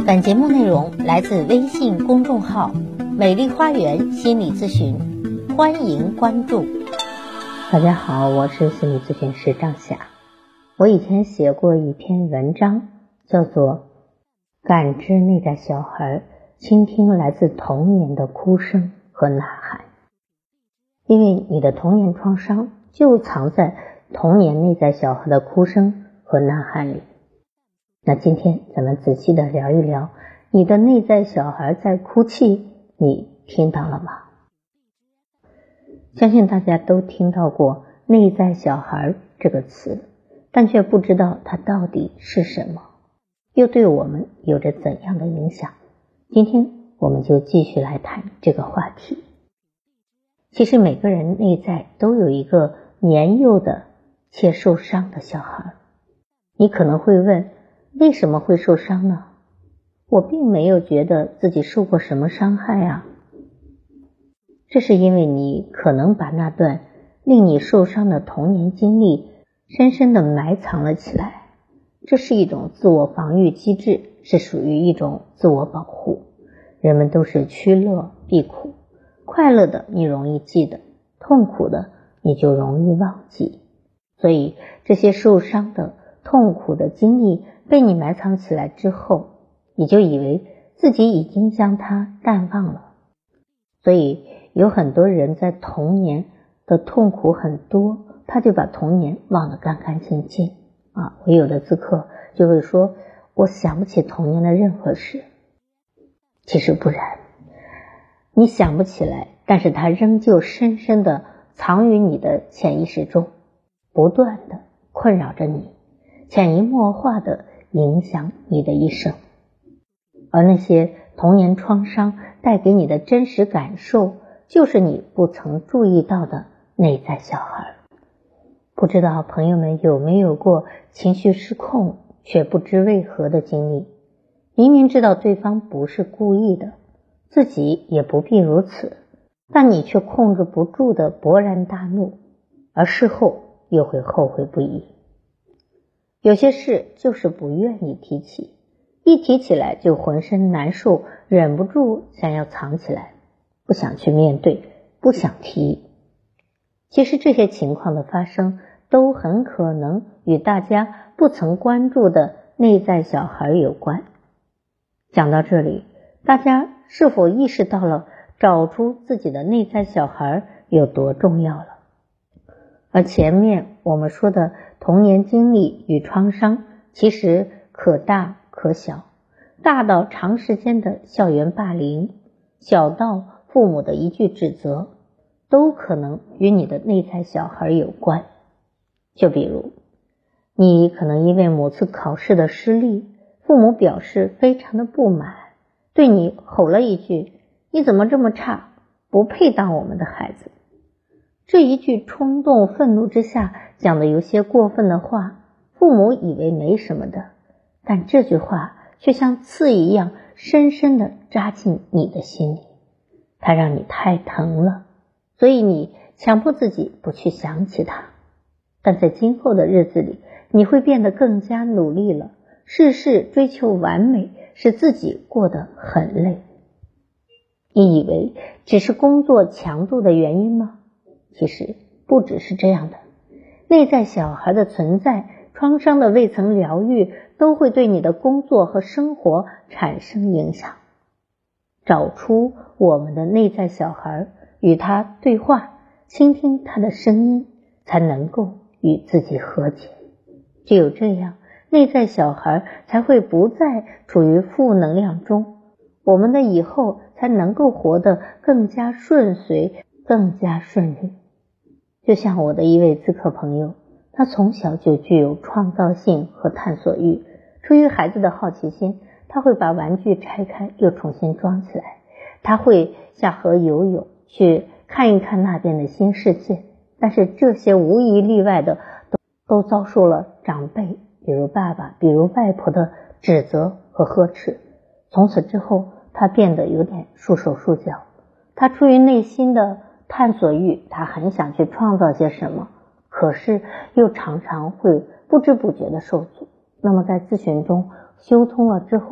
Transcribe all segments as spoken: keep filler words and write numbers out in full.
本节目内容来自微信公众号美丽花园心理咨询，欢迎关注。 大家好，我是心理咨询师张霞。我以前写过一篇文章，叫做感知内在小孩，倾听来自童年的哭声和呐喊。因为你的童年创伤就藏在童年内在小孩的哭声和呐喊里。那今天咱们仔细的聊一聊，你的内在小孩在哭泣，你听到了吗？相信大家都听到过内在小孩这个词，但却不知道它到底是什么，又对我们有着怎样的影响。今天我们就继续来谈这个话题。其实每个人内在都有一个年幼的且受伤的小孩。你可能会问，为什么会受伤呢？我并没有觉得自己受过什么伤害啊。这是因为你可能把那段令你受伤的童年经历深深地埋藏了起来。这是一种自我防御机制，是属于一种自我保护。人们都是趋乐避苦，快乐的你容易记得，痛苦的你就容易忘记。所以这些受伤的痛苦的经历被你埋藏起来之后，你就以为自己已经将它淡忘了。所以有很多人在童年的痛苦很多，他就把童年忘得干干净净啊！我有的咨客就会说，我想不起童年的任何事。其实不然，你想不起来，但是它仍旧深深地藏于你的潜意识中，不断地困扰着你，潜移默化地影响你的一生。而那些童年创伤带给你的真实感受，就是你不曾注意到的内在小孩。不知道朋友们有没有过情绪失控却不知为何的经历？明明知道对方不是故意的，自己也不必如此，但你却控制不住的勃然大怒，而事后又会后悔不已。有些事就是不愿意提起，一提起来就浑身难受，忍不住想要藏起来，不想去面对，不想提。其实这些情况的发生都很可能与大家不曾关注的内在小孩有关。讲到这里，大家是否意识到了找出自己的内在小孩有多重要了？而前面我们说的童年经历与创伤，其实可大可小，大到长时间的校园霸凌，小到父母的一句指责，都可能与你的内在小孩有关。就比如，你可能因为某次考试的失利，父母表示非常的不满，对你吼了一句，你怎么这么差，不配当我们的孩子。这一句冲动愤怒之下讲的有些过分的话，父母以为没什么的，但这句话却像刺一样深深地扎进你的心里，它让你太疼了，所以你强迫自己不去想起它。但在今后的日子里，你会变得更加努力了，事事追求完美，使自己过得很累。你以为只是工作强度的原因吗？其实不只是这样的，内在小孩的存在，创伤的未曾疗愈，都会对你的工作和生活产生影响。找出我们的内在小孩，与他对话，倾听他的声音，才能够与自己和解。只有这样，内在小孩才会不再处于负能量中，我们的以后才能够活得更加顺遂，更加顺利。就像我的一位咨客朋友，他从小就具有创造性和探索欲，出于孩子的好奇心，他会把玩具拆开又重新装起来，他会下河游泳，去看一看那边的新世界。但是这些无一例外的都都遭受了长辈，比如爸爸，比如外婆的指责和呵斥。从此之后，他变得有点束手束脚。他出于内心的探索欲，他很想去创造些什么，可是又常常会不知不觉的受阻。那么在咨询中修通了之后，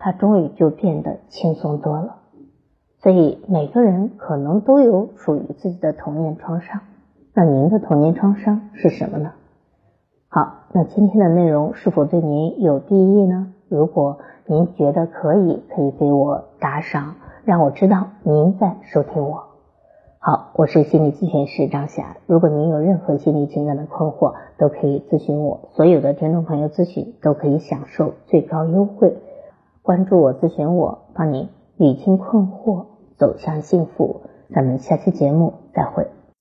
他终于就变得轻松多了。所以每个人可能都有属于自己的童年创伤，那您的童年创伤是什么呢？好，那今天的内容是否对您有裨益呢？如果您觉得可以，可以给我打赏，让我知道您在收听我。好，我是心理咨询师张霞，如果您有任何心理情感的困惑，都可以咨询我，所有的听众朋友咨询都可以享受最高优惠。关注我，咨询我，帮您理清困惑，走向幸福。咱们下期节目再会。